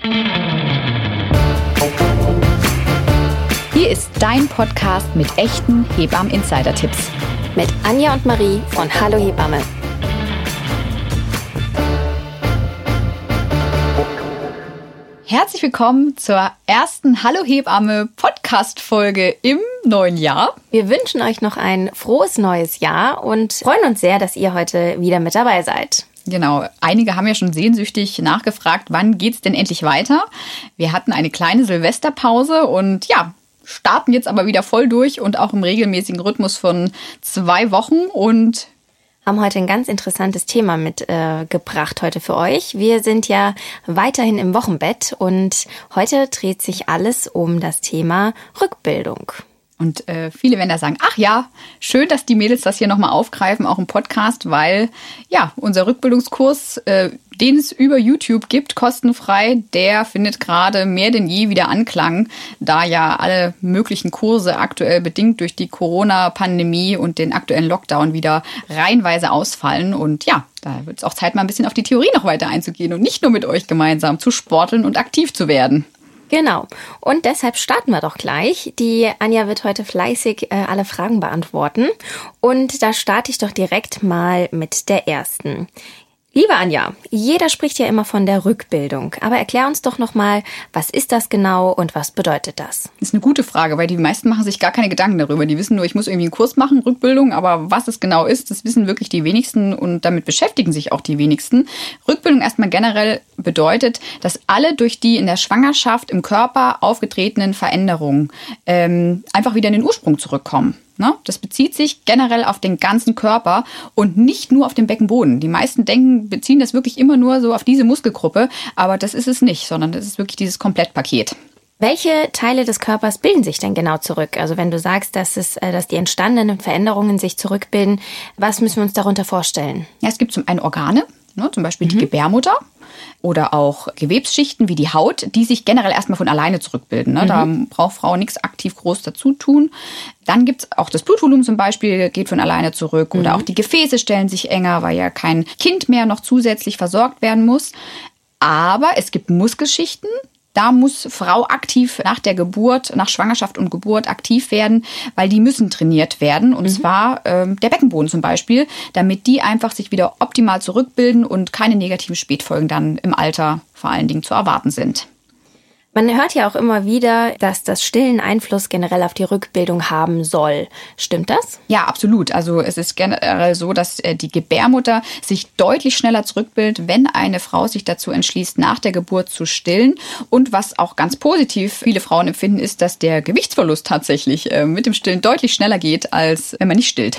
Hier ist dein Podcast mit echten Hebammen-Insider-Tipps. Mit Anja und Marie von Hallo Hebamme. Herzlich willkommen zur ersten Hallo Hebamme Podcast-Folge im neuen Jahr. Wir wünschen euch noch ein frohes neues Jahr und freuen uns sehr, dass ihr heute wieder mit dabei seid. Genau, einige haben ja schon sehnsüchtig nachgefragt, wann geht's denn endlich weiter? Wir hatten eine kleine Silvesterpause und ja, starten jetzt aber wieder voll durch und auch im regelmäßigen Rhythmus von 2 Wochen und haben heute ein ganz interessantes Thema mitgebracht heute für euch. Wir sind ja weiterhin im Wochenbett und heute dreht sich alles um das Thema Rückbildung. Und viele werden da sagen, ach ja, schön, dass die Mädels das hier nochmal aufgreifen, auch im Podcast, weil ja, unser Rückbildungskurs, den es über YouTube gibt, kostenfrei, der findet gerade mehr denn je wieder Anklang, da ja alle möglichen Kurse aktuell bedingt durch die Corona-Pandemie und den aktuellen Lockdown wieder reihenweise ausfallen. Und ja, da wird es auch Zeit, mal ein bisschen auf die Theorie noch weiter einzugehen und nicht nur mit euch gemeinsam zu sporteln und aktiv zu werden. Genau. Und deshalb starten wir doch gleich. Die Anja wird heute fleißig alle Fragen beantworten. Und da starte ich doch direkt mal mit der ersten. Liebe Anja, jeder spricht ja immer von der Rückbildung. Aber erklär uns doch nochmal, was ist das genau und was bedeutet das? Das ist eine gute Frage, weil die meisten machen sich gar keine Gedanken darüber. Die wissen nur, ich muss irgendwie einen Kurs machen, Rückbildung. Aber was es genau ist, das wissen wirklich die wenigsten und damit beschäftigen sich auch die wenigsten. Rückbildung erstmal generell bedeutet, dass alle durch die in der Schwangerschaft im Körper aufgetretenen Veränderungen einfach wieder in den Ursprung zurückkommen. Das bezieht sich generell auf den ganzen Körper und nicht nur auf den Beckenboden. Die meisten beziehen das wirklich immer nur so auf diese Muskelgruppe, aber das ist es nicht, sondern das ist wirklich dieses Komplettpaket. Welche Teile des Körpers bilden sich denn genau zurück? Also wenn du sagst, dass die entstandenen Veränderungen sich zurückbilden, was müssen wir uns darunter vorstellen? Ja, es gibt zum einen Organe, zum Beispiel die Gebärmutter. Oder auch Gewebsschichten wie die Haut, die sich generell erstmal von alleine zurückbilden. Da braucht Frau nichts aktiv groß dazu tun. Dann gibt es auch das Blutvolumen zum Beispiel, geht von alleine zurück. Oder auch die Gefäße stellen sich enger, weil ja kein Kind mehr noch zusätzlich versorgt werden muss. Aber es gibt Muskelschichten. Da muss Frau aktiv nach der Geburt, nach Schwangerschaft und Geburt aktiv werden, weil die müssen trainiert werden. Und zwar der Beckenboden zum Beispiel, damit die einfach sich wieder optimal zurückbilden und keine negativen Spätfolgen dann im Alter vor allen Dingen zu erwarten sind. Man hört ja auch immer wieder, dass das Stillen Einfluss generell auf die Rückbildung haben soll. Stimmt das? Ja, absolut. Also es ist generell so, dass die Gebärmutter sich deutlich schneller zurückbildet, wenn eine Frau sich dazu entschließt, nach der Geburt zu stillen. Und was auch ganz positiv viele Frauen empfinden, ist, dass der Gewichtsverlust tatsächlich mit dem Stillen deutlich schneller geht, als wenn man nicht stillt.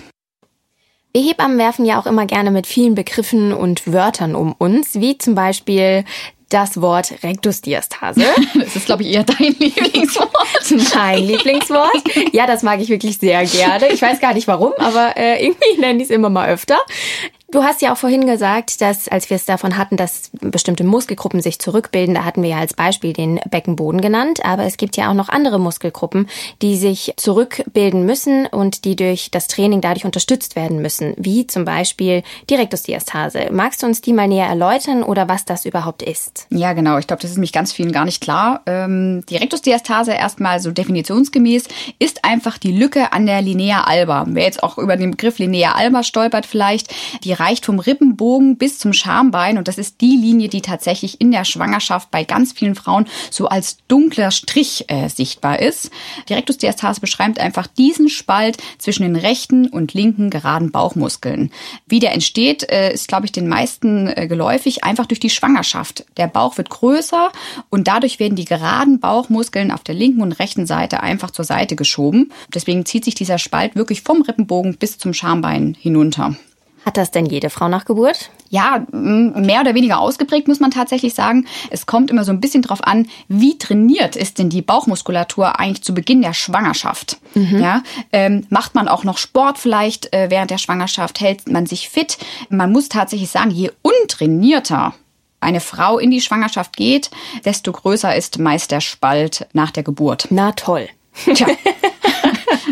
Wir Hebammen werfen ja auch immer gerne mit vielen Begriffen und Wörtern um uns, wie zum Beispiel das Wort Rektusdiastase. Das ist, glaube ich, eher dein Lieblingswort. Mein Lieblingswort? Ja, das mag ich wirklich sehr gerne. Ich weiß gar nicht warum, aber irgendwie nenne ich es immer mal öfter. Du hast ja auch vorhin gesagt, dass, als wir es davon hatten, dass bestimmte Muskelgruppen sich zurückbilden, da hatten wir ja als Beispiel den Beckenboden genannt, aber es gibt ja auch noch andere Muskelgruppen, die sich zurückbilden müssen und die durch das Training dadurch unterstützt werden müssen, wie zum Beispiel die Rektusdiastase. Magst du uns die mal näher erläutern oder was das überhaupt ist? Ja, genau. Ich glaube, das ist nämlich ganz vielen gar nicht klar. Die Rektusdiastase erstmal so definitionsgemäß ist einfach die Lücke an der Linea alba. Wer jetzt auch über den Begriff Linea alba stolpert vielleicht, die reicht vom Rippenbogen bis zum Schambein und das ist die Linie, die tatsächlich in der Schwangerschaft bei ganz vielen Frauen so als dunkler Strich sichtbar ist. Die Rektusdiastase beschreibt einfach diesen Spalt zwischen den rechten und linken geraden Bauchmuskeln. Wie der entsteht, ist, glaube ich, den meisten geläufig, einfach durch die Schwangerschaft. Der Bauch wird größer und dadurch werden die geraden Bauchmuskeln auf der linken und rechten Seite einfach zur Seite geschoben. Deswegen zieht sich dieser Spalt wirklich vom Rippenbogen bis zum Schambein hinunter. Hat das denn jede Frau nach Geburt? Ja, mehr oder weniger ausgeprägt, muss man tatsächlich sagen. Es kommt immer so ein bisschen drauf an, wie trainiert ist denn die Bauchmuskulatur eigentlich zu Beginn der Schwangerschaft. Ja, macht man auch noch Sport vielleicht während der Schwangerschaft, hält man sich fit. Man muss tatsächlich sagen, je untrainierter eine Frau in die Schwangerschaft geht, desto größer ist meist der Spalt nach der Geburt. Na toll. Tja.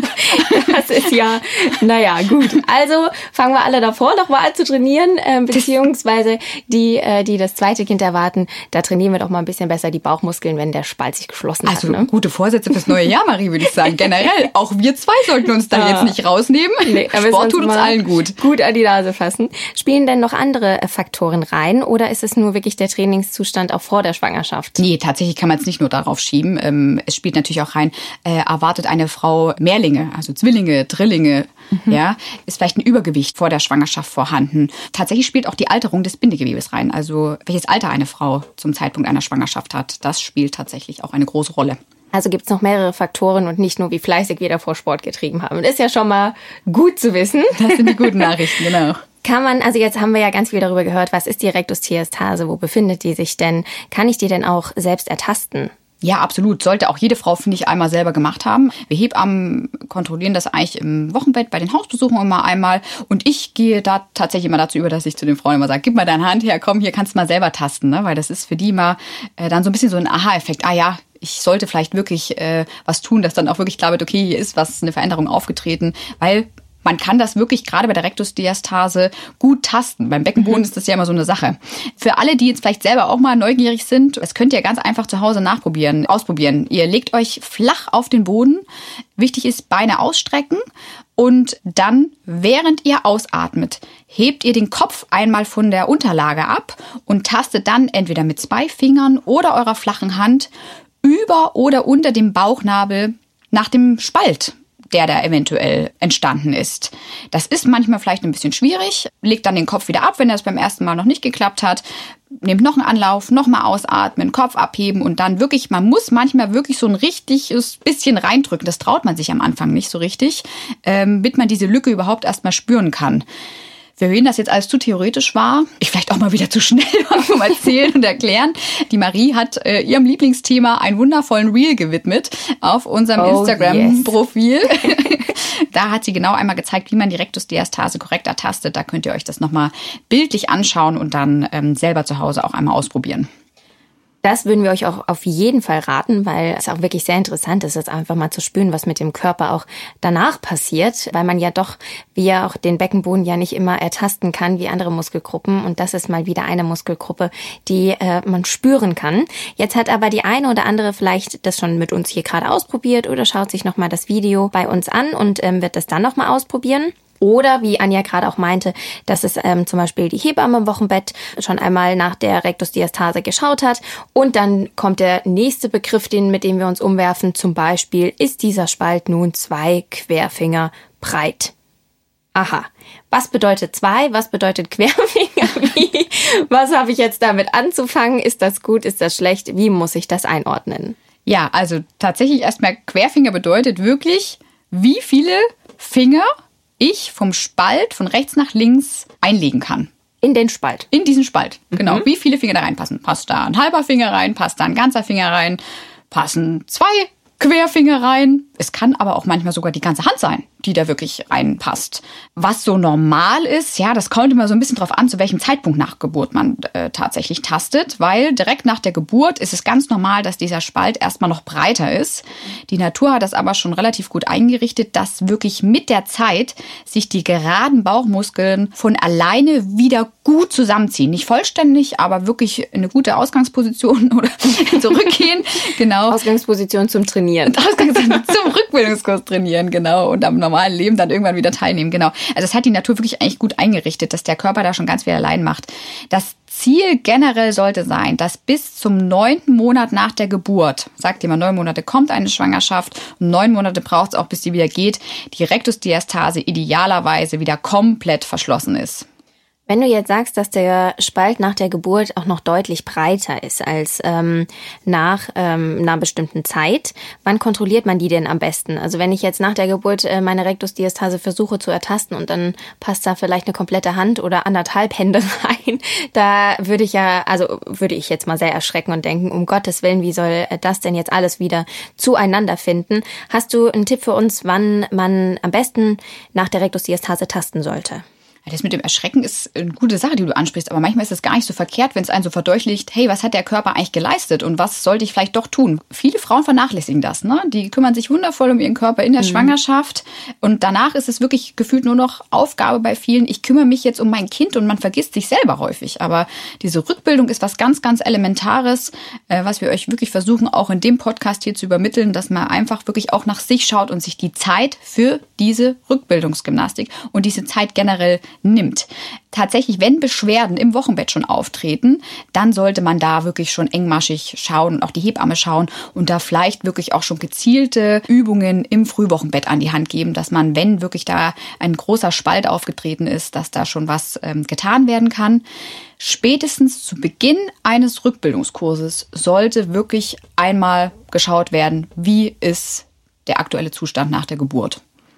Das ist ja, naja, gut. Also fangen wir alle davor noch mal an zu trainieren, beziehungsweise die das zweite Kind erwarten, da trainieren wir doch mal ein bisschen besser die Bauchmuskeln, wenn der Spalt sich geschlossen hat. Also gute Vorsätze fürs neue Jahr, Marie, würde ich sagen. Generell, auch wir zwei sollten uns da jetzt nicht rausnehmen. Nee, Sport tut uns allen gut. Gut an die Nase fassen. Spielen denn noch andere Faktoren rein oder ist es nur wirklich der Trainingszustand auch vor der Schwangerschaft? Nee, tatsächlich kann man es nicht nur darauf schieben. Es spielt natürlich auch rein, erwartet eine Frau Mehrlinge, also Zwillinge, Drillinge, ja, ist vielleicht ein Übergewicht vor der Schwangerschaft vorhanden. Tatsächlich spielt auch die Alterung des Bindegewebes rein, also welches Alter eine Frau zum Zeitpunkt einer Schwangerschaft hat. Das spielt tatsächlich auch eine große Rolle. Also gibt's noch mehrere Faktoren und nicht nur, wie fleißig wir davor Sport getrieben haben. Das ist ja schon mal gut zu wissen. Das sind die guten Nachrichten, genau. Kann man, also jetzt haben wir ja ganz viel darüber gehört, was ist die Rektusdiastase, wo befindet die sich denn? Kann ich die denn auch selbst ertasten? Ja, absolut. Sollte auch jede Frau, finde ich, einmal selber gemacht haben. Wir Hebammen kontrollieren das eigentlich im Wochenbett bei den Hausbesuchen immer einmal. Und ich gehe da tatsächlich immer dazu über, dass ich zu den Frauen immer sage, gib mal deine Hand her, komm, hier kannst du mal selber tasten. Ne? Weil das ist für die immer dann so ein bisschen so ein Aha-Effekt. Ah ja, ich sollte vielleicht wirklich was tun, dass dann auch wirklich klar wird, okay, hier ist was, eine Veränderung aufgetreten. Weil man kann das wirklich gerade bei der Rektusdiastase gut tasten. Beim Beckenboden ist das ja immer so eine Sache. Für alle, die jetzt vielleicht selber auch mal neugierig sind, das könnt ihr ganz einfach zu Hause ausprobieren. Ihr legt euch flach auf den Boden. Wichtig ist, Beine ausstrecken. Und dann, während ihr ausatmet, hebt ihr den Kopf einmal von der Unterlage ab und tastet dann entweder mit 2 Fingern oder eurer flachen Hand über oder unter dem Bauchnabel nach dem Spalt, der da eventuell entstanden ist. Das ist manchmal vielleicht ein bisschen schwierig. Legt dann den Kopf wieder ab, wenn das beim ersten Mal noch nicht geklappt hat. Nehmt noch einen Anlauf, nochmal ausatmen, Kopf abheben und dann wirklich, man muss manchmal wirklich so ein richtiges bisschen reindrücken. Das traut man sich am Anfang nicht so richtig, damit man diese Lücke überhaupt erstmal spüren kann. Für wen das jetzt alles zu theoretisch war, ich vielleicht auch mal wieder zu schnell war, erzählen und erklären. Die Marie hat ihrem Lieblingsthema einen wundervollen Reel gewidmet auf unserem Instagram-Profil. Da hat sie genau einmal gezeigt, wie man die Rektusdiastase korrekt ertastet. Da könnt ihr euch das nochmal bildlich anschauen und dann selber zu Hause auch einmal ausprobieren. Das würden wir euch auch auf jeden Fall raten, weil es auch wirklich sehr interessant ist, jetzt einfach mal zu spüren, was mit dem Körper auch danach passiert, weil man ja doch, wie ja auch den Beckenboden ja nicht immer ertasten kann wie andere Muskelgruppen und das ist mal wieder eine Muskelgruppe, die man spüren kann. Jetzt hat aber die eine oder andere vielleicht das schon mit uns hier gerade ausprobiert oder schaut sich nochmal das Video bei uns an und wird das dann nochmal ausprobieren. Oder, wie Anja gerade auch meinte, dass es zum Beispiel die Hebamme im Wochenbett schon einmal nach der Rektusdiastase geschaut hat. Und dann kommt der nächste Begriff, mit dem wir uns umwerfen. Zum Beispiel, ist dieser Spalt nun 2 Querfinger breit? Aha. Was bedeutet 2? Was bedeutet Querfinger? Was habe ich jetzt damit anzufangen? Ist das gut? Ist das schlecht? Wie muss ich das einordnen? Ja, also tatsächlich erstmal Querfinger bedeutet wirklich, wie viele Finger ich vom Spalt von rechts nach links einlegen kann. In den Spalt? In diesen Spalt, genau. Wie viele Finger da reinpassen? Passt da ein halber Finger rein? Passt da ein ganzer Finger rein? Passen 2 Querfinger rein? Es kann aber auch manchmal sogar die ganze Hand sein, die da wirklich reinpasst. Was so normal ist, ja, das kommt immer so ein bisschen drauf an, zu welchem Zeitpunkt nach Geburt man tatsächlich tastet, weil direkt nach der Geburt ist es ganz normal, dass dieser Spalt erstmal noch breiter ist. Die Natur hat das aber schon relativ gut eingerichtet, dass wirklich mit der Zeit sich die geraden Bauchmuskeln von alleine wieder gut zusammenziehen. Nicht vollständig, aber wirklich eine gute Ausgangsposition oder zurückgehen. Genau. Ausgangsposition zum Trainieren. Ausgangsposition zum Rückbildungskurs trainieren, genau. Und am normalen Leben dann irgendwann wieder teilnehmen, genau. Also das hat die Natur wirklich eigentlich gut eingerichtet, dass der Körper da schon ganz viel allein macht. Das Ziel generell sollte sein, dass bis zum 9. Monat nach der Geburt, sagt immer 9 Monate kommt eine Schwangerschaft und 9 Monate braucht es auch, bis sie wieder geht, die Rektusdiastase idealerweise wieder komplett verschlossen ist. Wenn du jetzt sagst, dass der Spalt nach der Geburt auch noch deutlich breiter ist als nach einer bestimmten Zeit, wann kontrolliert man die denn am besten? Also wenn ich jetzt nach der Geburt meine Rektusdiastase versuche zu ertasten und dann passt da vielleicht eine komplette Hand oder 1,5 Hände rein, da würde ich jetzt mal sehr erschrecken und denken, um Gottes Willen, wie soll das denn jetzt alles wieder zueinander finden? Hast du einen Tipp für uns, wann man am besten nach der Rektusdiastase tasten sollte? Das mit dem Erschrecken ist eine gute Sache, die du ansprichst. Aber manchmal ist es gar nicht so verkehrt, wenn es einen so verdeutlicht, hey, was hat der Körper eigentlich geleistet und was sollte ich vielleicht doch tun? Viele Frauen vernachlässigen das, ne? Die kümmern sich wundervoll um ihren Körper in der Schwangerschaft. Und danach ist es wirklich gefühlt nur noch Aufgabe bei vielen. Ich kümmere mich jetzt um mein Kind und man vergisst sich selber häufig. Aber diese Rückbildung ist was ganz, ganz Elementares, was wir euch wirklich versuchen, auch in dem Podcast hier zu übermitteln, dass man einfach wirklich auch nach sich schaut und sich die Zeit für diese Rückbildungsgymnastik und diese Zeit generell nimmt. Tatsächlich, wenn Beschwerden im Wochenbett schon auftreten, dann sollte man da wirklich schon engmaschig schauen und auch die Hebamme schauen und da vielleicht wirklich auch schon gezielte Übungen im Frühwochenbett an die Hand geben, dass man, wenn wirklich da ein großer Spalt aufgetreten ist, dass da schon was getan werden kann. Spätestens zu Beginn eines Rückbildungskurses sollte wirklich einmal geschaut werden, wie ist der aktuelle Zustand nach der Geburt.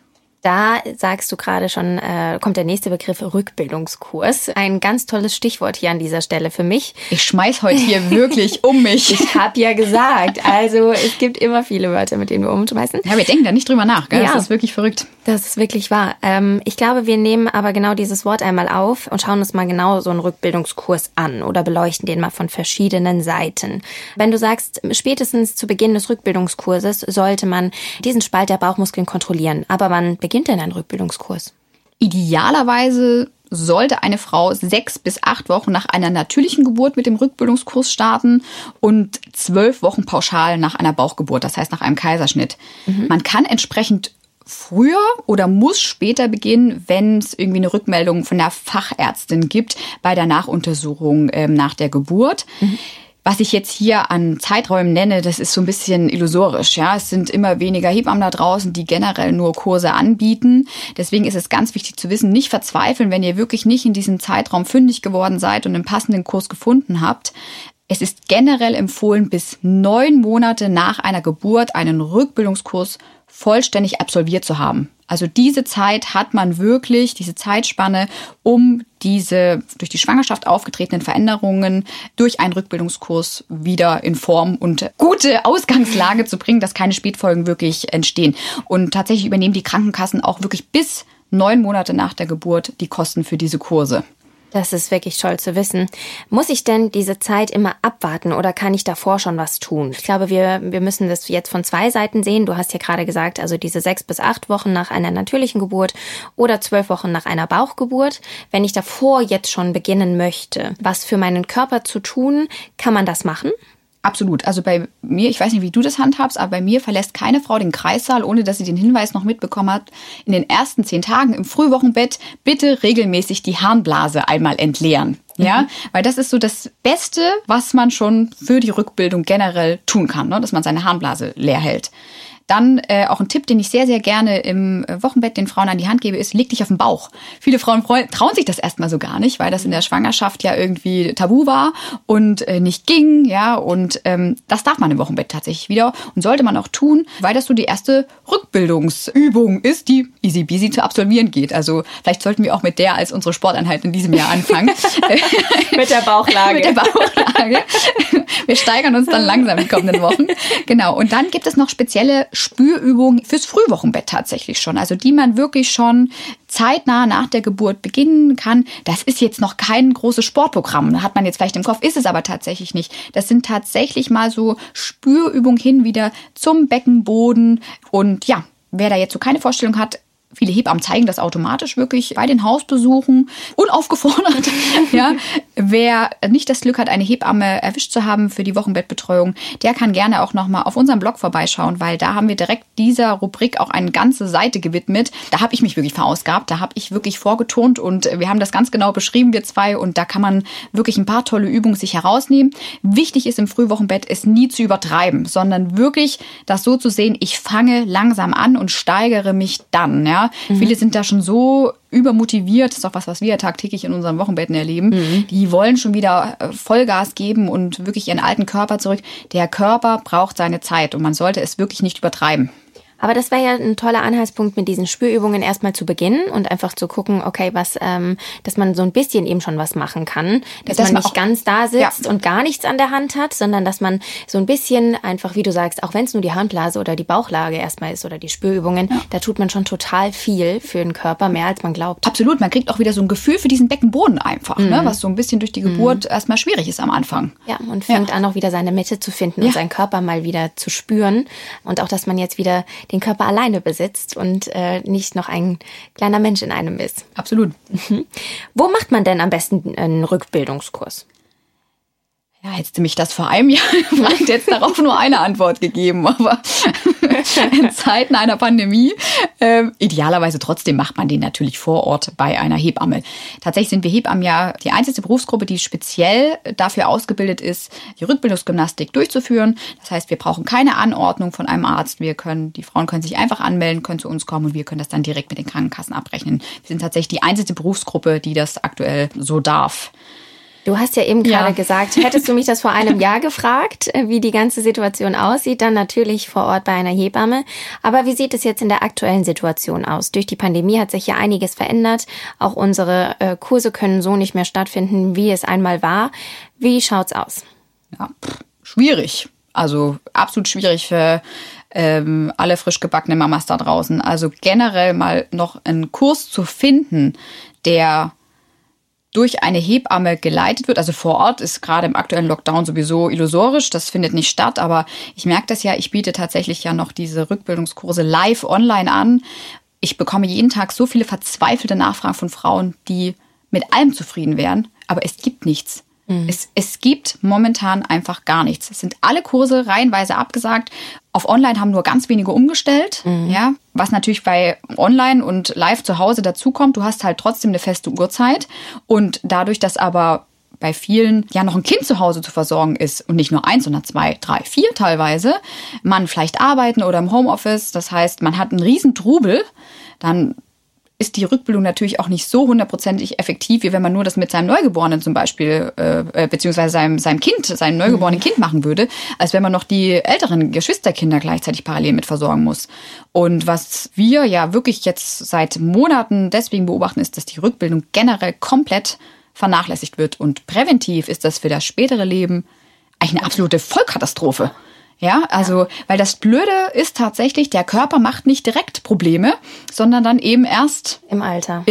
Da sagst du gerade schon, kommt der nächste Begriff Rückbildungskurs. Ein ganz tolles Stichwort hier an dieser Stelle für mich. Ich schmeiß heute hier wirklich um mich. Ich habe ja gesagt, also es gibt immer viele Wörter, mit denen wir umschmeißen. Ja, wir denken da nicht drüber nach, gell? Ja. Das ist wirklich verrückt. Das ist wirklich wahr. Ich glaube, wir nehmen aber genau dieses Wort einmal auf und schauen uns mal genau so einen Rückbildungskurs an oder beleuchten den mal von verschiedenen Seiten. Wenn du sagst, spätestens zu Beginn des Rückbildungskurses sollte man diesen Spalt der Bauchmuskeln kontrollieren. Aber wann beginnt denn ein Rückbildungskurs? Idealerweise sollte eine Frau 6 bis 8 Wochen nach einer natürlichen Geburt mit dem Rückbildungskurs starten und 12 Wochen pauschal nach einer Bauchgeburt, das heißt nach einem Kaiserschnitt. Man kann entsprechend früher oder muss später beginnen, wenn es irgendwie eine Rückmeldung von der Fachärztin gibt bei der Nachuntersuchung nach der Geburt. Was ich jetzt hier an Zeiträumen nenne, das ist so ein bisschen illusorisch. Ja, es sind immer weniger Hebammen da draußen, die generell nur Kurse anbieten. Deswegen ist es ganz wichtig zu wissen, nicht verzweifeln, wenn ihr wirklich nicht in diesem Zeitraum fündig geworden seid und einen passenden Kurs gefunden habt. Es ist generell empfohlen, bis 9 Monate nach einer Geburt einen Rückbildungskurs vollständig absolviert zu haben. Also diese Zeit hat man wirklich, diese Zeitspanne, um diese durch die Schwangerschaft aufgetretenen Veränderungen durch einen Rückbildungskurs wieder in Form und gute Ausgangslage zu bringen, dass keine Spätfolgen wirklich entstehen. Und tatsächlich übernehmen die Krankenkassen auch wirklich bis 9 Monate nach der Geburt die Kosten für diese Kurse. Das ist wirklich toll zu wissen. Muss ich denn diese Zeit immer abwarten oder kann ich davor schon was tun? Ich glaube, wir müssen das jetzt von 2 Seiten sehen. Du hast ja gerade gesagt, also diese 6 bis 8 Wochen nach einer natürlichen Geburt oder 12 Wochen nach einer Bauchgeburt. Wenn ich davor jetzt schon beginnen möchte, was für meinen Körper zu tun, kann man das machen? Absolut. Also bei mir, ich weiß nicht, wie du das handhabst, aber bei mir verlässt keine Frau den Kreissaal, ohne dass sie den Hinweis noch mitbekommen hat, in den ersten 10 Tagen im Frühwochenbett bitte regelmäßig die Harnblase einmal entleeren. Ja, weil das ist so das Beste, was man schon für die Rückbildung generell tun kann, ne? Dass man seine Harnblase leer hält. Dann auch ein Tipp, den ich sehr, sehr gerne im Wochenbett den Frauen an die Hand gebe, ist, leg dich auf den Bauch. Viele Frauen trauen sich das erstmal so gar nicht, weil das in der Schwangerschaft ja irgendwie tabu war und nicht ging. Ja, und das darf man im Wochenbett tatsächlich wieder und sollte man auch tun, weil das so die erste Rückbildungsübung ist, die easy peasy zu absolvieren geht. Also vielleicht sollten wir auch mit der als unsere Sporteinheit in diesem Jahr anfangen. Mit der Bauchlage. Mit der Bauchlage. Wir steigern uns dann langsam die kommenden Wochen. Genau. Und dann gibt es noch spezielle Spürübungen fürs Frühwochenbett tatsächlich schon. Also die man wirklich schon zeitnah nach der Geburt beginnen kann. Das ist jetzt noch kein großes Sportprogramm. Hat man jetzt vielleicht im Kopf, ist es aber tatsächlich nicht. Das sind tatsächlich mal so Spürübungen hin wieder zum Beckenboden. Und ja, wer da jetzt so keine Vorstellung hat, viele Hebammen zeigen das automatisch wirklich bei den Hausbesuchen, unaufgefordert. Ja, wer nicht das Glück hat, eine Hebamme erwischt zu haben für die Wochenbettbetreuung, der kann gerne auch nochmal auf unserem Blog vorbeischauen, weil da haben wir direkt dieser Rubrik auch eine ganze Seite gewidmet. Da habe ich mich wirklich verausgabt, da habe ich wirklich vorgetont und wir haben das ganz genau beschrieben, wir zwei, und da kann man wirklich ein paar tolle Übungen sich herausnehmen. Wichtig ist im Frühwochenbett, es nie zu übertreiben, sondern wirklich das so zu sehen, ich fange langsam an und steigere mich dann, ja. Viele sind da schon so übermotiviert, das ist auch was wir ja tagtäglich in unseren Wochenbetten erleben. Die wollen schon wieder Vollgas geben und wirklich ihren alten Körper zurück. Der Körper braucht seine Zeit und man sollte es wirklich nicht übertreiben. Aber das wäre ja ein toller Anhaltspunkt, mit diesen Spürübungen erstmal zu beginnen und einfach zu gucken, okay, dass man so ein bisschen eben schon was machen kann. Dass man nicht ganz da sitzt und gar nichts an der Hand hat, sondern dass man so ein bisschen einfach, wie du sagst, auch wenn es nur die Harnblase oder die Bauchlage erstmal ist oder die Spürübungen, da tut man schon total viel für den Körper, mehr als man glaubt. Absolut, man kriegt auch wieder so ein Gefühl für diesen Beckenboden einfach, ne? Was so ein bisschen durch die Geburt erstmal schwierig ist am Anfang. Ja, und fängt an, auch wieder seine Mitte zu finden und seinen Körper mal wieder zu spüren. Und auch, dass man jetzt wieder den Körper alleine besitzt und nicht noch ein kleiner Mensch in einem ist. Absolut. Wo macht man denn am besten einen Rückbildungskurs? Ja, hättest du mich das vor einem Jahr gefragt, jetzt darauf nur eine Antwort gegeben. Aber in Zeiten einer Pandemie, idealerweise trotzdem macht man den natürlich vor Ort bei einer Hebamme. Tatsächlich sind wir Hebammen ja die einzige Berufsgruppe, die speziell dafür ausgebildet ist, die Rückbildungsgymnastik durchzuführen. Das heißt, wir brauchen keine Anordnung von einem Arzt. Die Frauen können sich einfach anmelden, können zu uns kommen und wir können das dann direkt mit den Krankenkassen abrechnen. Wir sind tatsächlich die einzige Berufsgruppe, die das aktuell so darf. Du hast ja eben gerade gesagt, hättest du mich das vor einem Jahr gefragt, wie die ganze Situation aussieht, dann natürlich vor Ort bei einer Hebamme. Aber wie sieht es jetzt in der aktuellen Situation aus? Durch die Pandemie hat sich ja einiges verändert. Auch unsere Kurse können so nicht mehr stattfinden, wie es einmal war. Wie schaut's aus? Ja, schwierig. Also absolut schwierig für alle frisch gebackenen Mamas da draußen. Also generell mal noch einen Kurs zu finden, der durch eine Hebamme geleitet wird. Also vor Ort ist gerade im aktuellen Lockdown sowieso illusorisch. Das findet nicht statt. Aber ich merke das ja, ich biete tatsächlich ja noch diese Rückbildungskurse live online an. Ich bekomme jeden Tag so viele verzweifelte Nachfragen von Frauen, die mit allem zufrieden wären. Aber es gibt nichts. Es gibt momentan einfach gar nichts. Es sind alle Kurse reihenweise abgesagt. Auf Online haben nur ganz wenige umgestellt. Ja, was natürlich bei Online und live zu Hause dazukommt. Du hast halt trotzdem eine feste Uhrzeit. Und dadurch, dass aber bei vielen ja noch ein Kind zu Hause zu versorgen ist und nicht nur 1, sondern 2, 3, 4 teilweise, man vielleicht arbeiten oder im Homeoffice. Das heißt, man hat einen riesen Trubel. Dann ist die Rückbildung natürlich auch nicht so 100%ig effektiv, wie wenn man nur das mit seinem Neugeborenen zum Beispiel, beziehungsweise seinem neugeborenen Kind machen würde, als wenn man noch die älteren Geschwisterkinder gleichzeitig parallel mit versorgen muss. Und was wir ja wirklich jetzt seit Monaten deswegen beobachten, ist, dass die Rückbildung generell komplett vernachlässigt wird. Und präventiv ist das für das spätere Leben eigentlich eine absolute Vollkatastrophe. Ja, also, weil das Blöde ist tatsächlich, der Körper macht nicht direkt Probleme, sondern dann eben erst im Alter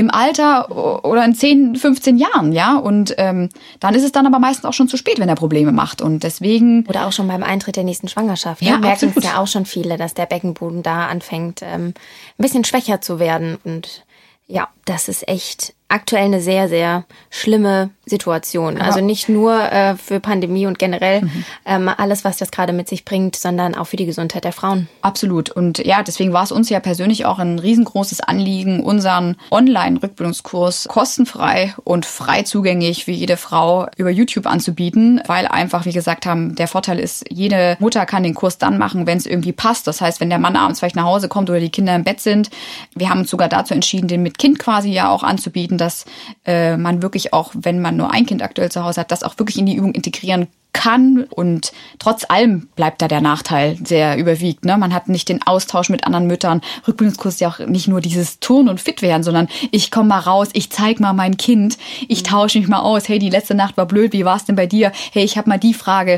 oder in 10, 15 Jahren, ja. Und dann ist es dann aber meistens auch schon zu spät, wenn er Probleme macht. Und deswegen. Oder auch schon beim Eintritt der nächsten Schwangerschaft. Ja, merken es ja auch schon viele, dass der Beckenboden da anfängt, ein bisschen schwächer zu werden. Und ja, das ist echt aktuell eine sehr, sehr schlimme Situation. Also nicht nur für Pandemie und generell alles, was das gerade mit sich bringt, sondern auch für die Gesundheit der Frauen. Absolut. Und ja, deswegen war es uns ja persönlich auch ein riesengroßes Anliegen, unseren Online-Rückbildungskurs kostenfrei und frei zugänglich für jede Frau über YouTube anzubieten, weil einfach, wie gesagt haben, der Vorteil ist, jede Mutter kann den Kurs dann machen, wenn es irgendwie passt. Das heißt, wenn der Mann abends vielleicht nach Hause kommt oder die Kinder im Bett sind. Wir haben uns sogar dazu entschieden, den mit Kind quasi ja auch anzubieten, dass man wirklich auch, wenn man nur ein Kind aktuell zu Hause hat, das auch wirklich in die Übung integrieren kann. Und trotz allem bleibt da der Nachteil sehr überwiegt. Ne? Man hat nicht den Austausch mit anderen Müttern. Rückbildungskurs ist ja auch nicht nur dieses Turn und fit werden, sondern ich komme mal raus, ich zeige mal mein Kind, ich tausche mich mal aus. Hey, die letzte Nacht war blöd, wie war es denn bei dir? Hey, ich habe mal die Frage.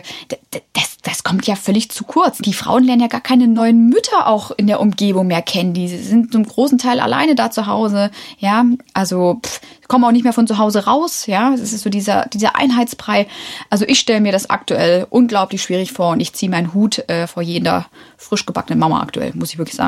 Das kommt ja völlig zu kurz. Die Frauen lernen ja gar keine neuen Mütter auch in der Umgebung mehr kennen. Die sind zum großen Teil alleine da zu Hause. Ja, also kommen auch nicht mehr von zu Hause raus. Ja, es ist so dieser Einheitsbrei. Also ich stelle mir das aktuell unglaublich schwierig vor und ich ziehe meinen Hut vor jeder frisch gebackenen Mama aktuell, muss ich wirklich sagen.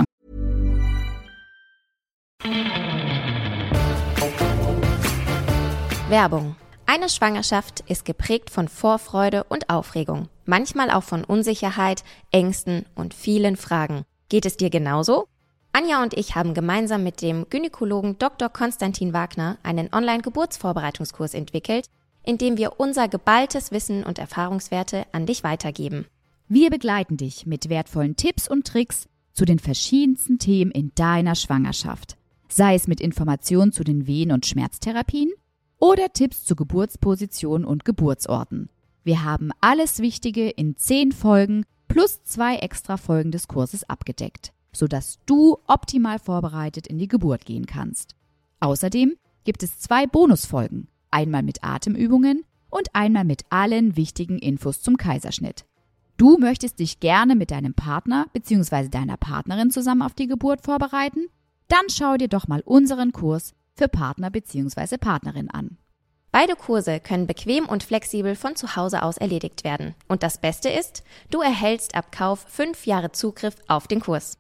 Werbung. Eine Schwangerschaft ist geprägt von Vorfreude und Aufregung, manchmal auch von Unsicherheit, Ängsten und vielen Fragen. Geht es dir genauso? Anja und ich haben gemeinsam mit dem Gynäkologen Dr. Konstantin Wagner einen Online-Geburtsvorbereitungskurs entwickelt, in dem wir unser geballtes Wissen und Erfahrungswerte an dich weitergeben. Wir begleiten dich mit wertvollen Tipps und Tricks zu den verschiedensten Themen in deiner Schwangerschaft. Sei es mit Informationen zu den Wehen- und Schmerztherapien oder Tipps zu Geburtspositionen und Geburtsorten. Wir haben alles Wichtige in 10 Folgen plus 2 extra Folgen des Kurses abgedeckt. sodass du optimal vorbereitet in die Geburt gehen kannst. Außerdem gibt es 2 Bonusfolgen, einmal mit Atemübungen und einmal mit allen wichtigen Infos zum Kaiserschnitt. Du möchtest dich gerne mit deinem Partner bzw. deiner Partnerin zusammen auf die Geburt vorbereiten? Dann schau dir doch mal unseren Kurs für Partner bzw. Partnerin an. Beide Kurse können bequem und flexibel von zu Hause aus erledigt werden. Und das Beste ist, du erhältst ab Kauf 5 Jahre Zugriff auf den Kurs.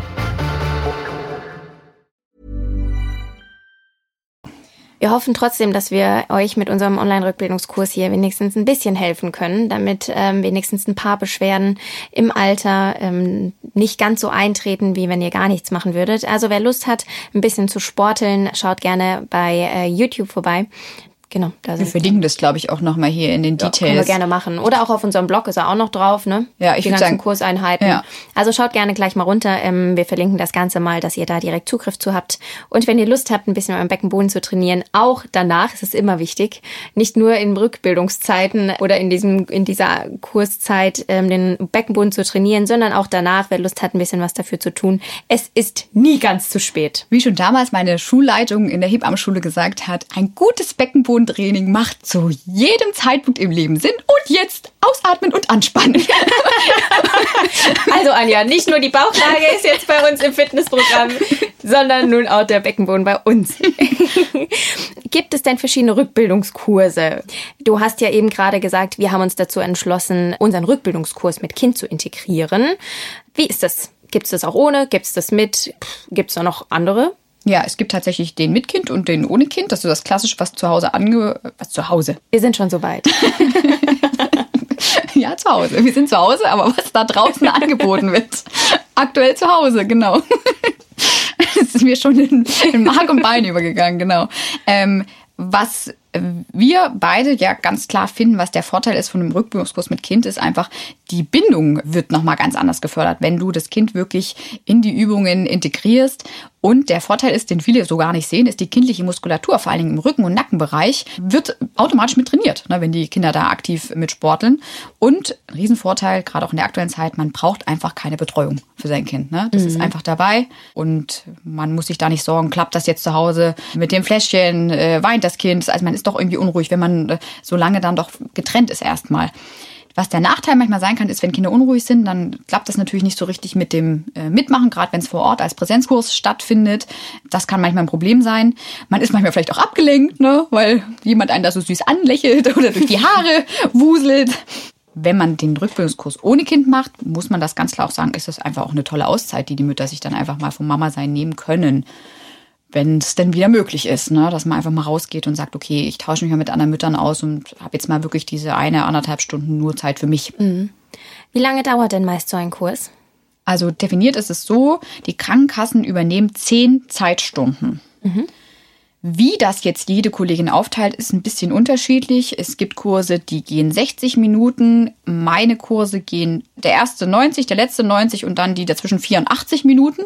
Wir hoffen trotzdem, dass wir euch mit unserem Online-Rückbildungskurs hier wenigstens ein bisschen helfen können, damit wenigstens ein paar Beschwerden im Alter nicht ganz so eintreten, wie wenn ihr gar nichts machen würdet. Also wer Lust hat, ein bisschen zu sporteln, schaut gerne bei YouTube vorbei. Genau. Wir verlinken das, glaube ich, auch nochmal hier in den Details. Können wir gerne machen. Oder auch auf unserem Blog ist er auch noch drauf, ne? Ja, ich würde sagen. Kurseinheiten. Ja. Also schaut gerne gleich mal runter. Wir verlinken das Ganze mal, dass ihr da direkt Zugriff zu habt. Und wenn ihr Lust habt, ein bisschen euren Beckenboden zu trainieren, auch danach, ist es immer wichtig, nicht nur in Rückbildungszeiten oder in dieser Kurszeit den Beckenboden zu trainieren, sondern auch danach, wer Lust hat, ein bisschen was dafür zu tun. Es ist nie ganz zu spät. Wie schon damals meine Schulleitung in der Hebammenschule gesagt hat, ein gutes Beckenbodentraining macht zu jedem Zeitpunkt im Leben Sinn. Und jetzt ausatmen und anspannen. Also Anja, nicht nur die Bauchlage ist jetzt bei uns im Fitnessprogramm, sondern nun auch der Beckenboden bei uns. Gibt es denn verschiedene Rückbildungskurse? Du hast ja eben gerade gesagt, wir haben uns dazu entschlossen, unseren Rückbildungskurs mit Kind zu integrieren. Wie ist das? Gibt es das auch ohne? Gibt es das mit? Gibt es da noch andere? Ja, es gibt tatsächlich den mit Kind und den ohne Kind. Das ist das Klassische, was zu Hause. Wir sind schon so weit. Ja, zu Hause. Wir sind zu Hause, aber was da draußen angeboten wird. Aktuell zu Hause, genau. Das ist mir schon in Mark und Bein übergegangen, genau. Was wir beide ja ganz klar finden, was der Vorteil ist von einem Rückbildungskurs mit Kind, ist einfach, die Bindung wird nochmal ganz anders gefördert, wenn du das Kind wirklich in die Übungen integrierst. Und der Vorteil ist, den viele so gar nicht sehen, ist die kindliche Muskulatur, vor allen Dingen im Rücken- und Nackenbereich, wird automatisch mit trainiert, ne, wenn die Kinder da aktiv mitsporteln. Und ein Riesenvorteil, gerade auch in der aktuellen Zeit, man braucht einfach keine Betreuung für sein Kind. Ne? Das ist einfach dabei und man muss sich da nicht sorgen, klappt das jetzt zu Hause mit dem Fläschchen, weint das Kind. Also man ist doch irgendwie unruhig, wenn man so lange dann doch getrennt ist erstmal. Was der Nachteil manchmal sein kann, ist, wenn Kinder unruhig sind, dann klappt das natürlich nicht so richtig mit dem Mitmachen, gerade wenn es vor Ort als Präsenzkurs stattfindet. Das kann manchmal ein Problem sein. Man ist manchmal vielleicht auch abgelenkt, ne, weil jemand einen da so süß anlächelt oder durch die Haare wuselt. Wenn man den Rückbildungskurs ohne Kind macht, muss man das ganz klar auch sagen, ist das einfach auch eine tolle Auszeit, die die Mütter sich dann einfach mal vom Mama-Sein nehmen können. Wenn es denn wieder möglich ist, ne? Dass man einfach mal rausgeht und sagt, okay, ich tausche mich mal mit anderen Müttern aus und habe jetzt mal wirklich diese 1,5 Stunden nur Zeit für mich. Mhm. Wie lange dauert denn meist so ein Kurs? Also definiert ist es so, die Krankenkassen übernehmen 10 Zeitstunden. Mhm. Wie das jetzt jede Kollegin aufteilt, ist ein bisschen unterschiedlich. Es gibt Kurse, die gehen 60 Minuten. Meine Kurse gehen der erste 90, der letzte 90 und dann die dazwischen 84 Minuten.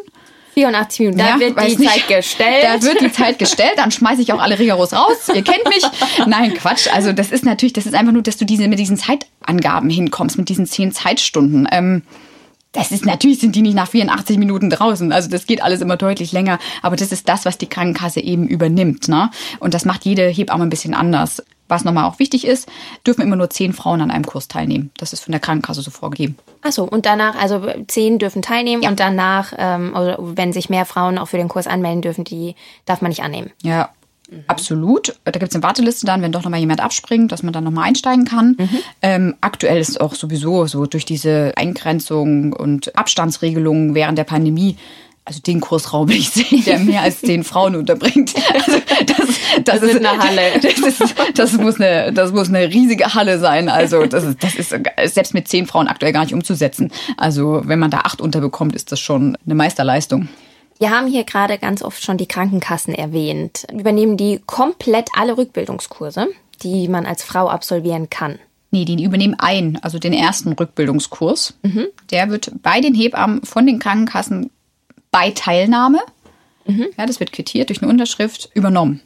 84 Minuten, da wird die Zeit gestellt. Da wird die Zeit gestellt, dann schmeiße ich auch alle rigoros raus. Ihr kennt mich. Nein, Quatsch. Also das ist einfach nur, dass du mit diesen Zeitangaben hinkommst, mit diesen 10 Zeitstunden. Natürlich sind die nicht nach 84 Minuten draußen. Also das geht alles immer deutlich länger. Aber das ist das, was die Krankenkasse eben übernimmt, ne? Und das macht jede Hebamme ein bisschen anders. Was nochmal auch wichtig ist, dürfen immer nur 10 Frauen an einem Kurs teilnehmen. Das ist von der Krankenkasse so vorgegeben. Achso, und danach, also 10 dürfen teilnehmen, ja. Und danach, oder wenn sich mehr Frauen auch für den Kurs anmelden dürfen, die darf man nicht annehmen. Ja, absolut. Da gibt es eine Warteliste dann, wenn doch nochmal jemand abspringt, dass man dann nochmal einsteigen kann. Aktuell ist es auch sowieso so durch diese Eingrenzung und Abstandsregelungen während der Pandemie, also den Kursraum will ich sehen, der mehr als 10 Frauen unterbringt. Also das ist eine Halle. Das muss eine riesige Halle sein. Also das ist selbst mit 10 Frauen aktuell gar nicht umzusetzen. Also wenn man da 8 unterbekommt, ist das schon eine Meisterleistung. Wir haben hier gerade ganz oft schon die Krankenkassen erwähnt. Übernehmen die komplett alle Rückbildungskurse, die man als Frau absolvieren kann? Nee, die übernehmen also den ersten Rückbildungskurs. Der wird bei den Hebammen von den Krankenkassen bei Teilnahme, ja, das wird quittiert durch eine Unterschrift, übernommen.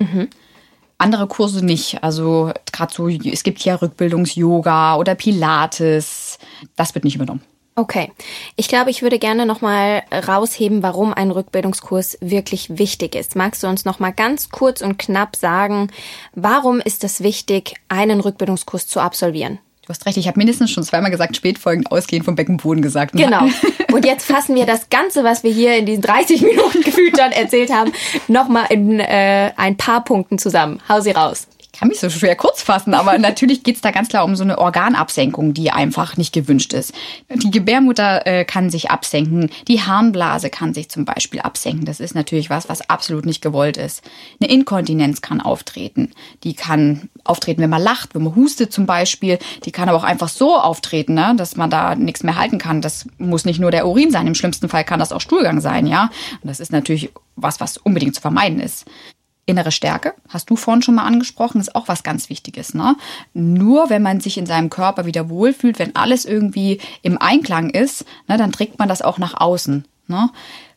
Andere Kurse nicht. Also gerade so, es gibt ja Rückbildungs-Yoga oder Pilates. Das wird nicht übernommen. Okay. Ich glaube, ich würde gerne nochmal rausheben, warum ein Rückbildungskurs wirklich wichtig ist. Magst du uns nochmal ganz kurz und knapp sagen, warum ist es wichtig, einen Rückbildungskurs zu absolvieren? Du hast recht, ich habe mindestens schon 2-mal gesagt, Spätfolgen ausgehend vom Beckenboden gesagt. Ne? Genau. Und jetzt fassen wir das Ganze, was wir hier in diesen 30 Minuten gefühlt dann erzählt haben, nochmal in ein paar Punkten zusammen. Hau sie raus. Ich kann mich so schwer kurz fassen, aber natürlich geht's da ganz klar um so eine Organabsenkung, die einfach nicht gewünscht ist. Die Gebärmutter kann sich absenken, die Harnblase kann sich zum Beispiel absenken. Das ist natürlich was absolut nicht gewollt ist. Eine Inkontinenz kann auftreten. Die kann auftreten, wenn man lacht, wenn man hustet zum Beispiel. Die kann aber auch einfach so auftreten, ne, dass man da nichts mehr halten kann. Das muss nicht nur der Urin sein. Im schlimmsten Fall kann das auch Stuhlgang sein, ja. Und das ist natürlich was unbedingt zu vermeiden ist. Innere Stärke, hast du vorhin schon mal angesprochen, ist auch was ganz Wichtiges. Ne? Nur wenn man sich in seinem Körper wieder wohlfühlt, wenn alles irgendwie im Einklang ist, ne, dann trägt man das auch nach außen. Ne?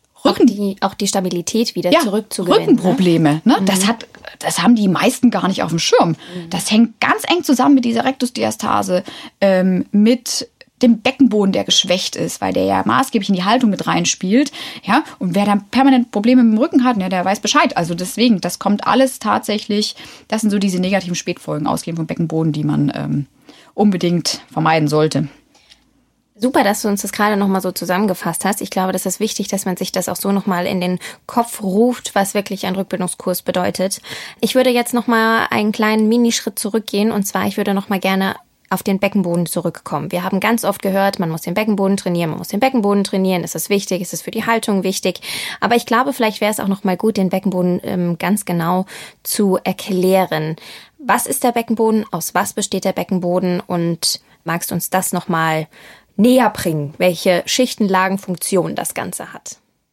Auch die Stabilität wieder zurückzugewinnen. Rückenprobleme, ne? Das haben die meisten gar nicht auf dem Schirm. Das hängt ganz eng zusammen mit dieser Rektusdiastase, mit dem Beckenboden, der geschwächt ist, weil der ja maßgeblich in die Haltung mit reinspielt. Ja? Und wer dann permanent Probleme mit dem Rücken hat, ja, der weiß Bescheid. Also deswegen, das kommt alles tatsächlich, das sind so diese negativen Spätfolgen ausgehend vom Beckenboden, die man unbedingt vermeiden sollte. Super, dass du uns das gerade nochmal so zusammengefasst hast. Ich glaube, das ist wichtig, dass man sich das auch so nochmal in den Kopf ruft, was wirklich ein Rückbildungskurs bedeutet. Ich würde jetzt nochmal einen kleinen Minischritt zurückgehen und zwar, ich würde nochmal gerne auf den Beckenboden zurückkommen. Wir haben ganz oft gehört, man muss den Beckenboden trainieren, ist es wichtig, ist es für die Haltung wichtig. Aber ich glaube, vielleicht wäre es auch noch mal gut, den Beckenboden ganz genau zu erklären. Was ist der Beckenboden? Aus was besteht der Beckenboden? Und magst du uns das noch mal näher bringen, welche Schichten, Lagen, Funktionen das Ganze hat?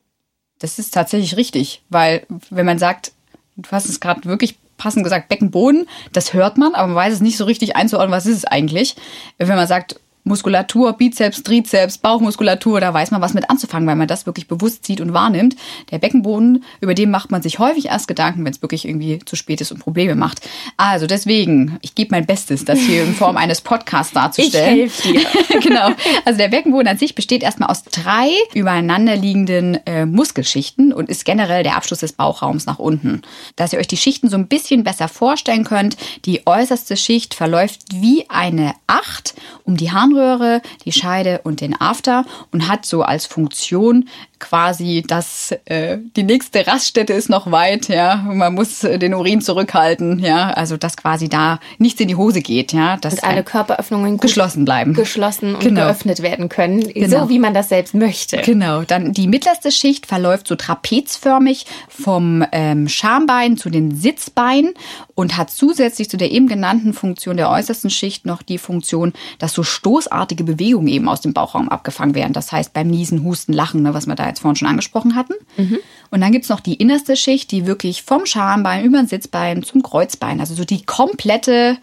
Das ist tatsächlich richtig, weil wenn man sagt, du hast es gerade wirklich passend gesagt, Beckenboden, das hört man, aber man weiß es nicht so richtig einzuordnen, was ist es eigentlich. Wenn man sagt, Muskulatur, Bizeps, Trizeps, Bauchmuskulatur, da weiß man, was mit anzufangen, weil man das wirklich bewusst sieht und wahrnimmt. Der Beckenboden, über den macht man sich häufig erst Gedanken, wenn es wirklich irgendwie zu spät ist und Probleme macht. Also deswegen, ich gebe mein Bestes, das hier in Form eines Podcasts darzustellen. Ich helfe dir. Genau. Also der Beckenboden an sich besteht erstmal aus 3 übereinanderliegenden Muskelschichten und ist generell der Abschluss des Bauchraums nach unten. Dass ihr euch die Schichten so ein bisschen besser vorstellen könnt, die äußerste Schicht verläuft wie eine 8 um die Harnröhre, die Scheide und den After und hat so als Funktion quasi, dass die nächste Raststätte ist noch weit, ja, man muss den Urin zurückhalten, ja, also dass quasi da nichts in die Hose geht, ja, dass und alle Körperöffnungen geschlossen bleiben, geschlossen und geöffnet werden können, so wie man das selbst möchte. Genau, dann die mittlerste Schicht verläuft so trapezförmig vom Schambein zu den Sitzbeinen und hat zusätzlich zu der eben genannten Funktion der äußersten Schicht noch die Funktion, dass so stoßartige Bewegungen eben aus dem Bauchraum abgefangen werden. Das heißt beim Niesen, Husten, Lachen, ne, was wir da jetzt vorhin schon angesprochen hatten. Mhm. Und dann gibt's noch die innerste Schicht, die wirklich vom Schambein über den Sitzbein zum Kreuzbein, also so die komplette,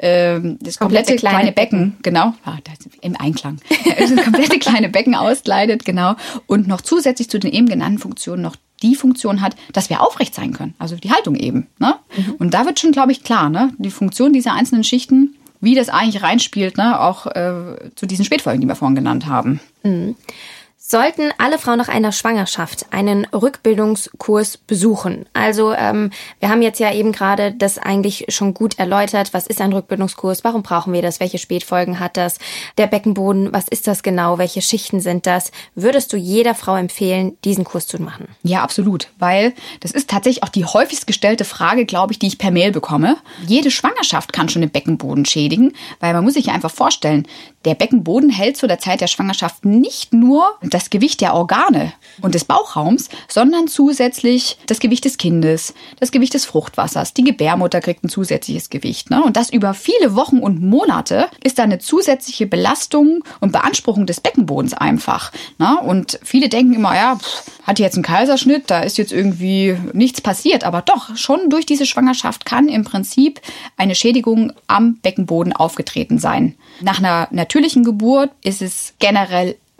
das komplette kleine Becken, genau, im Einklang, das komplette kleine Becken auskleidet, genau, und noch zusätzlich zu den eben genannten Funktionen noch die Funktion hat, dass wir aufrecht sein können, also die Haltung eben. Ne? Mhm. Und da wird schon, glaube ich, klar, ne, die Funktion dieser einzelnen Schichten, wie das eigentlich reinspielt, ne, auch zu diesen Spätfolgen, die wir vorhin genannt haben. Mhm. Sollten alle Frauen nach einer Schwangerschaft einen Rückbildungskurs besuchen? Also wir haben jetzt ja eben gerade das eigentlich schon gut erläutert. Was ist ein Rückbildungskurs? Warum brauchen wir das? Welche Spätfolgen hat das? Der Beckenboden, was ist das genau? Welche Schichten sind das? Würdest du jeder Frau empfehlen, diesen Kurs zu machen? Ja, absolut. Weil das ist tatsächlich auch die häufigst gestellte Frage, glaube ich, die ich per Mail bekomme. Jede Schwangerschaft kann schon den Beckenboden schädigen, weil man muss sich einfach vorstellen, der Beckenboden hält zu der Zeit der Schwangerschaft nicht nur das Gewicht der Organe und des Bauchraums, sondern zusätzlich das Gewicht des Kindes, das Gewicht des Fruchtwassers. Die Gebärmutter kriegt ein zusätzliches Gewicht. Ne? Und das über viele Wochen und Monate ist da eine zusätzliche Belastung und Beanspruchung des Beckenbodens einfach. Ne? Und viele denken immer, ja, hat jetzt einen Kaiserschnitt, da ist jetzt irgendwie nichts passiert. Aber doch, schon durch diese Schwangerschaft kann im Prinzip eine Schädigung am Beckenboden aufgetreten sein. Nach einer natürlichen Geburt ist es generell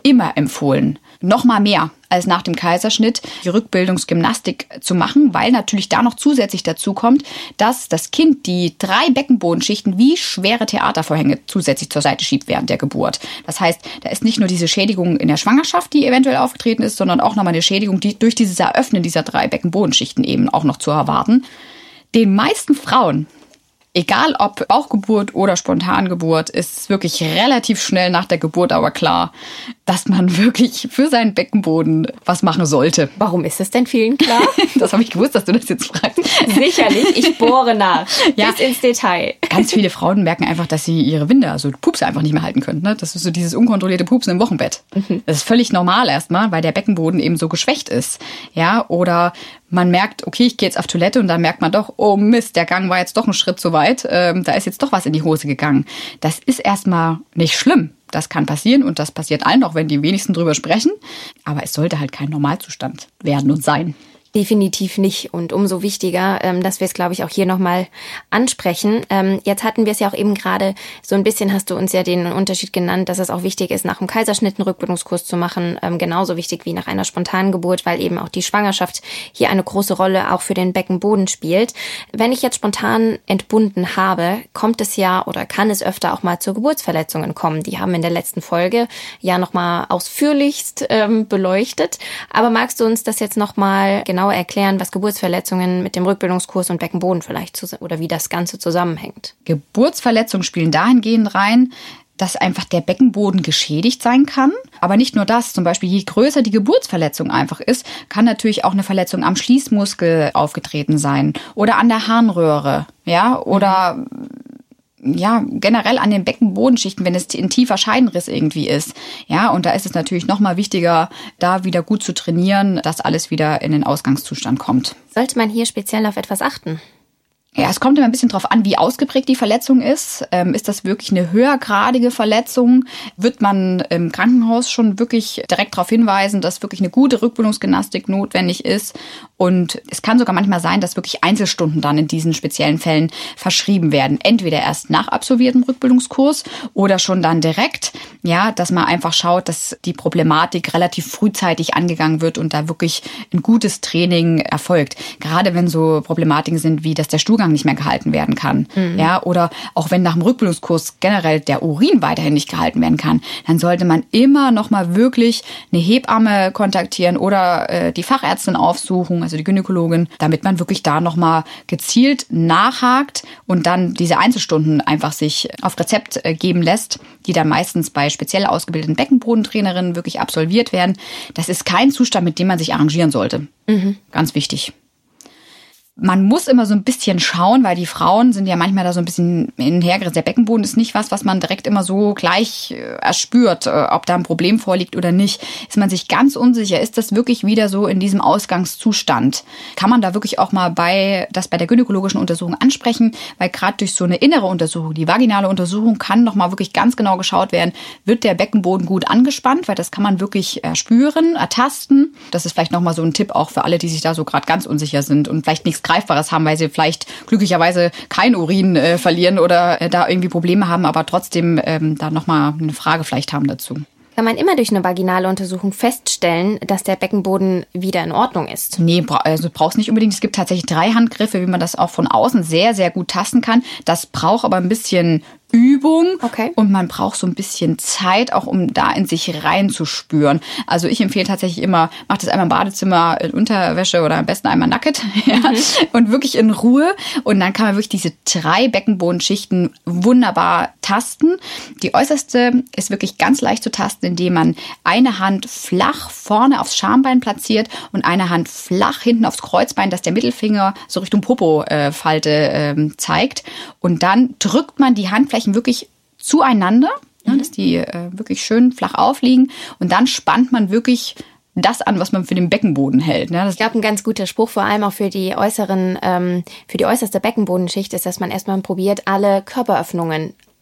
immer empfohlen, noch mal mehr als nach dem Kaiserschnitt, die Rückbildungsgymnastik zu machen, weil natürlich da noch zusätzlich dazu kommt, dass das Kind die 3 Beckenbodenschichten wie schwere Theatervorhänge zusätzlich zur Seite schiebt während der Geburt. Das heißt, da ist nicht nur diese Schädigung in der Schwangerschaft, die eventuell aufgetreten ist, sondern auch nochmal eine Schädigung, die durch dieses Eröffnen dieser 3 Beckenbodenschichten eben auch noch zu erwarten. Den meisten Frauen, egal ob Bauchgeburt oder Spontangeburt, ist es wirklich relativ schnell nach der Geburt aber klar, dass man wirklich für seinen Beckenboden was machen sollte. Warum ist es denn vielen klar? Das habe ich gewusst, dass du das jetzt fragst. Sicherlich, ich bohre nach. Ja, bis ins Detail. Ganz viele Frauen merken einfach, dass sie ihre Winde, also Pupse einfach nicht mehr halten können. Ne? Das ist so dieses unkontrollierte Pupsen im Wochenbett. Das ist völlig normal erstmal, weil der Beckenboden eben so geschwächt ist. Ja, oder man merkt, okay, ich gehe jetzt auf Toilette und dann merkt man doch, oh Mist, der Gang war jetzt doch einen Schritt zu weit. Da ist jetzt doch was in die Hose gegangen. Das ist erstmal nicht schlimm. Das kann passieren und das passiert allen, auch wenn die wenigsten drüber sprechen. Aber es sollte halt kein Normalzustand werden und sein. Definitiv nicht. Und umso wichtiger, dass wir es, glaube ich, auch hier nochmal ansprechen. Jetzt hatten wir es ja auch eben gerade, so ein bisschen hast du uns ja den Unterschied genannt, dass es auch wichtig ist, nach dem Kaiserschnitt einen Rückbildungskurs zu machen. Genauso wichtig wie nach einer spontanen Geburt, weil eben auch die Schwangerschaft hier eine große Rolle auch für den Beckenboden spielt. Wenn ich jetzt spontan entbunden habe, kommt es ja oder kann es öfter auch mal zu Geburtsverletzungen kommen. Die haben in der letzten Folge ja nochmal ausführlichst beleuchtet. Aber magst du uns das jetzt nochmal genau erklären, was Geburtsverletzungen mit dem Rückbildungskurs und Beckenboden vielleicht oder wie das Ganze zusammenhängt? Geburtsverletzungen spielen dahingehend rein, dass einfach der Beckenboden geschädigt sein kann. Aber nicht nur das, zum Beispiel je größer die Geburtsverletzung einfach ist, kann natürlich auch eine Verletzung am Schließmuskel aufgetreten sein oder an der Harnröhre, ja, oder ja, generell an den Beckenbodenschichten, wenn es ein tiefer Scheidenriss irgendwie ist. Ja, und da ist es natürlich noch mal wichtiger, da wieder gut zu trainieren, dass alles wieder in den Ausgangszustand kommt. Sollte man hier speziell auf etwas achten? Ja, es kommt immer ein bisschen drauf an, wie ausgeprägt die Verletzung ist. Ist das wirklich eine höhergradige Verletzung? Wird man im Krankenhaus schon wirklich direkt darauf hinweisen, dass wirklich eine gute Rückbildungsgymnastik notwendig ist? Und es kann sogar manchmal sein, dass wirklich Einzelstunden dann in diesen speziellen Fällen verschrieben werden. Entweder erst nach absolviertem Rückbildungskurs oder schon dann direkt. Ja, dass man einfach schaut, dass die Problematik relativ frühzeitig angegangen wird und da wirklich ein gutes Training erfolgt. Gerade wenn so Problematiken sind, wie dass der Stuhlgang nicht mehr gehalten werden kann. Ja, oder auch wenn nach dem Rückbildungskurs generell der Urin weiterhin nicht gehalten werden kann, dann sollte man immer noch mal wirklich eine Hebamme kontaktieren oder die Fachärztin aufsuchen, also die Gynäkologin, damit man wirklich da noch mal gezielt nachhakt und dann diese Einzelstunden einfach sich auf Rezept geben lässt, die dann meistens bei speziell ausgebildeten Beckenbodentrainerinnen wirklich absolviert werden. Das ist kein Zustand, mit dem man sich arrangieren sollte. Ganz wichtig. Man muss immer so ein bisschen schauen, weil die Frauen sind ja manchmal da so ein bisschen hinhergerissen. Der Beckenboden ist nicht was man direkt immer so gleich erspürt, ob da ein Problem vorliegt oder nicht. Ist man sich ganz unsicher, ist das wirklich wieder so in diesem Ausgangszustand? Kann man da wirklich auch mal das bei der gynäkologischen Untersuchung ansprechen? Weil gerade durch so eine innere Untersuchung, die vaginale Untersuchung, kann noch mal wirklich ganz genau geschaut werden, wird der Beckenboden gut angespannt? Weil das kann man wirklich spüren, ertasten. Das ist vielleicht noch mal so ein Tipp auch für alle, die sich da so gerade ganz unsicher sind und vielleicht nichts Greifbares haben, weil sie vielleicht glücklicherweise kein Urin verlieren oder da irgendwie Probleme haben, aber trotzdem da nochmal eine Frage vielleicht haben dazu. Kann man immer durch eine vaginale Untersuchung feststellen, dass der Beckenboden wieder in Ordnung ist? Nee, also brauchst nicht unbedingt. Es gibt tatsächlich 3 Handgriffe, wie man das auch von außen sehr, sehr gut tasten kann. Das braucht aber ein bisschen Übung und man braucht so ein bisschen Zeit, auch um da in sich reinzuspüren. Also ich empfehle tatsächlich immer, mach das einmal im Badezimmer in Unterwäsche oder am besten einmal nackt und wirklich in Ruhe. Und dann kann man wirklich diese 3 Beckenbodenschichten wunderbar tasten. Die äußerste ist wirklich ganz leicht zu tasten, indem man eine Hand flach vorne aufs Schambein platziert und eine Hand flach hinten aufs Kreuzbein, dass der Mittelfinger so Richtung Popo-Falte zeigt. Und dann drückt man die Handflächen wirklich zueinander, dass die wirklich schön flach aufliegen. Und dann spannt man wirklich das an, was man für den Beckenboden hält. Ich glaube, ein ganz guter Spruch, vor allem auch für die äußerste Beckenbodenschicht, ist, dass man erstmal probiert, alle Körperöffnungen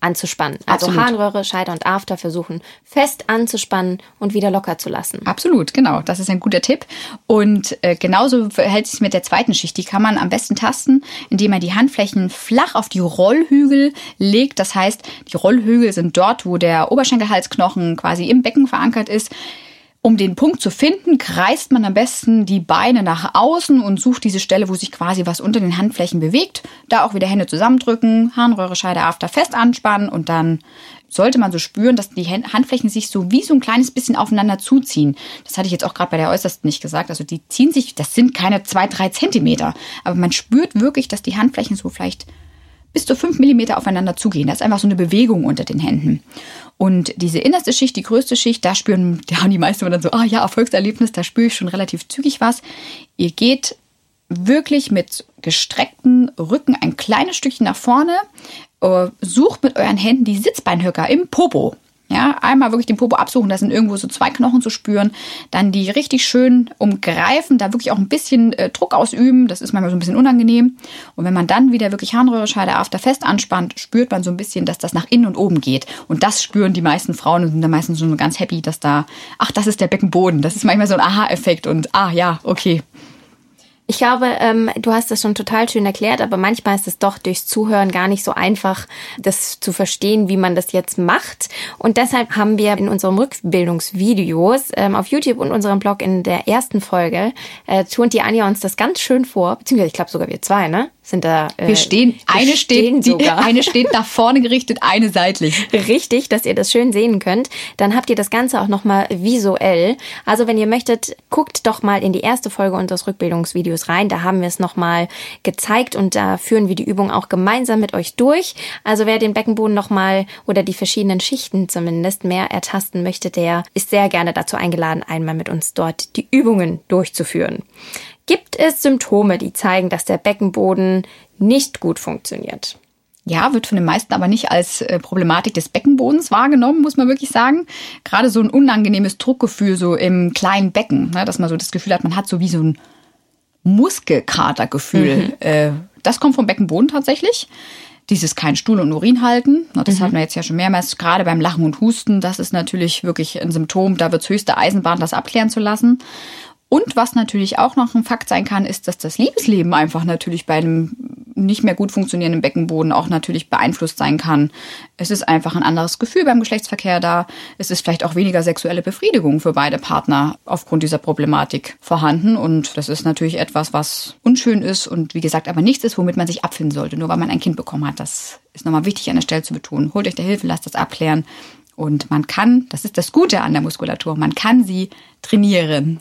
anzuspannen. Also Absolut. Harnröhre, Scheider und After versuchen fest anzuspannen und wieder locker zu lassen. Absolut, genau. Das ist ein guter Tipp. Und genauso verhält es sich mit der zweiten Schicht. Die kann man am besten tasten, indem man die Handflächen flach auf die Rollhügel legt. Das heißt, die Rollhügel sind dort, wo der Oberschenkelhalsknochen quasi im Becken verankert ist. Um den Punkt zu finden, kreist man am besten die Beine nach außen und sucht diese Stelle, wo sich quasi was unter den Handflächen bewegt. Da auch wieder Hände zusammendrücken, Harnröhre, Scheider, After fest anspannen und dann sollte man so spüren, dass die Handflächen sich so wie so ein kleines bisschen aufeinander zuziehen. Das hatte ich jetzt auch gerade bei der Äußersten nicht gesagt. Also die ziehen sich, das sind keine 2-3 Zentimeter. Aber man spürt wirklich, dass die Handflächen so vielleicht bis zu 5 Millimeter aufeinander zugehen. Das ist einfach so eine Bewegung unter den Händen. Und diese innerste Schicht, die größte Schicht, da haben die meisten dann so, Erfolgserlebnis, da spüre ich schon relativ zügig was. Ihr geht wirklich mit gestreckten Rücken ein kleines Stückchen nach vorne, sucht mit euren Händen die Sitzbeinhöcker im Popo. Ja, einmal wirklich den Popo absuchen, da sind irgendwo so 2 Knochen zu spüren. Dann die richtig schön umgreifen, da wirklich auch ein bisschen Druck ausüben. Das ist manchmal so ein bisschen unangenehm. Und wenn man dann wieder wirklich Harnröhre, Scheider, After fest anspannt, spürt man so ein bisschen, dass das nach innen und oben geht. Und das spüren die meisten Frauen und sind dann meistens schon so ganz happy, dass das ist der Beckenboden. Das ist manchmal so ein Aha-Effekt und okay. Ich glaube, du hast das schon total schön erklärt, aber manchmal ist es doch durchs Zuhören gar nicht so einfach, das zu verstehen, wie man das jetzt macht. Und deshalb haben wir in unseren Rückbildungsvideos auf YouTube und unserem Blog in der ersten Folge, turnt die Anja uns das ganz schön vor, beziehungsweise ich glaube sogar wir 2, ne? Sind da, eine steht nach vorne gerichtet, eine seitlich. Richtig, dass ihr das schön sehen könnt. Dann habt ihr das Ganze auch nochmal visuell. Also wenn ihr möchtet, guckt doch mal in die erste Folge unseres Rückbildungsvideos rein. Da haben wir es nochmal gezeigt und da führen wir die Übung auch gemeinsam mit euch durch. Also wer den Beckenboden nochmal oder die verschiedenen Schichten zumindest mehr ertasten möchte, der ist sehr gerne dazu eingeladen, einmal mit uns dort die Übungen durchzuführen. Gibt es Symptome, die zeigen, dass der Beckenboden nicht gut funktioniert? Ja, wird von den meisten aber nicht als Problematik des Beckenbodens wahrgenommen, muss man wirklich sagen. Gerade so ein unangenehmes Druckgefühl so im kleinen Becken, ne, dass man so das Gefühl hat, man hat so wie so ein Muskelkatergefühl. Das kommt vom Beckenboden tatsächlich. Dieses kein Stuhl und Urin halten, das hatten wir jetzt ja schon mehrmals, gerade beim Lachen und Husten. Das ist natürlich wirklich ein Symptom, da wird es höchste Eisenbahn, das abklären zu lassen. Und was natürlich auch noch ein Fakt sein kann, ist, dass das Liebesleben einfach natürlich bei einem nicht mehr gut funktionierenden Beckenboden auch natürlich beeinflusst sein kann. Es ist einfach ein anderes Gefühl beim Geschlechtsverkehr da. Es ist vielleicht auch weniger sexuelle Befriedigung für beide Partner aufgrund dieser Problematik vorhanden. Und das ist natürlich etwas, was unschön ist und wie gesagt aber nichts ist, womit man sich abfinden sollte, nur weil man ein Kind bekommen hat. Das ist nochmal wichtig an der Stelle zu betonen. Holt euch da Hilfe, lasst das abklären. Und man kann, das ist das Gute an der Muskulatur, man kann sie trainieren.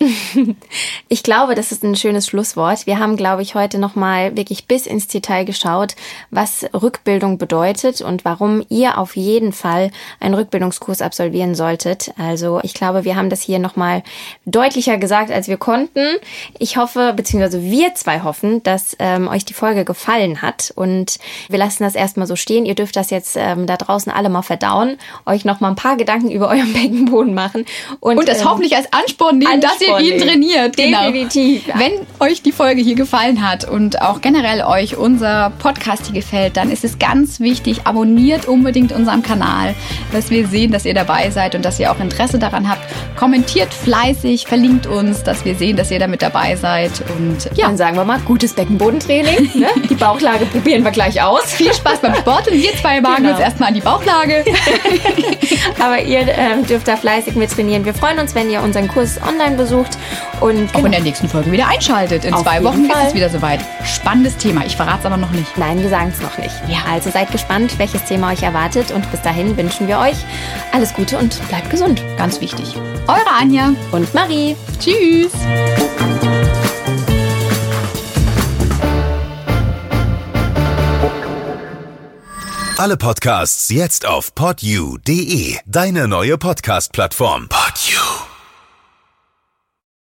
Ich glaube, das ist ein schönes Schlusswort. Wir haben, glaube ich, heute nochmal wirklich bis ins Detail geschaut, was Rückbildung bedeutet und warum ihr auf jeden Fall einen Rückbildungskurs absolvieren solltet. Also ich glaube, wir haben das hier nochmal deutlicher gesagt, als wir konnten. Ich hoffe, beziehungsweise wir 2 hoffen, dass euch die Folge gefallen hat. Und wir lassen das erstmal so stehen. Ihr dürft das jetzt da draußen alle mal verdauen, euch noch mal ein paar Gedanken über euren Beckenboden machen. Und das hoffentlich als Ansporn nehmen, dass ihr ihn trainiert. Definitiv. Genau. Wenn euch die Folge hier gefallen hat und auch generell euch unser Podcast hier gefällt, dann ist es ganz wichtig, abonniert unbedingt unseren Kanal, dass wir sehen, dass ihr dabei seid und dass ihr auch Interesse daran habt. Kommentiert fleißig, verlinkt uns, dass wir sehen, dass ihr da mit dabei seid. Und ja, dann sagen wir mal, gutes Beckenbodentraining. Ne? Die Bauchlage probieren wir gleich aus. Viel Spaß beim Sport und wir 2 wagen uns erstmal an die Bauchlage. Aber ihr dürft da fleißig mit trainieren. Wir freuen uns, wenn ihr unseren Kurs online besucht. Und auch in der nächsten Folge wieder einschaltet. In 2 Wochen ist es wieder soweit. Spannendes Thema. Ich verrate es aber noch nicht. Nein, wir sagen es noch nicht. Ja. Also seid gespannt, welches Thema euch erwartet. Und bis dahin wünschen wir euch alles Gute und bleibt gesund. Ganz wichtig. Eure Anja und Marie. Tschüss. Alle Podcasts jetzt auf podyou.de, deine neue Podcast-Plattform. Podyou.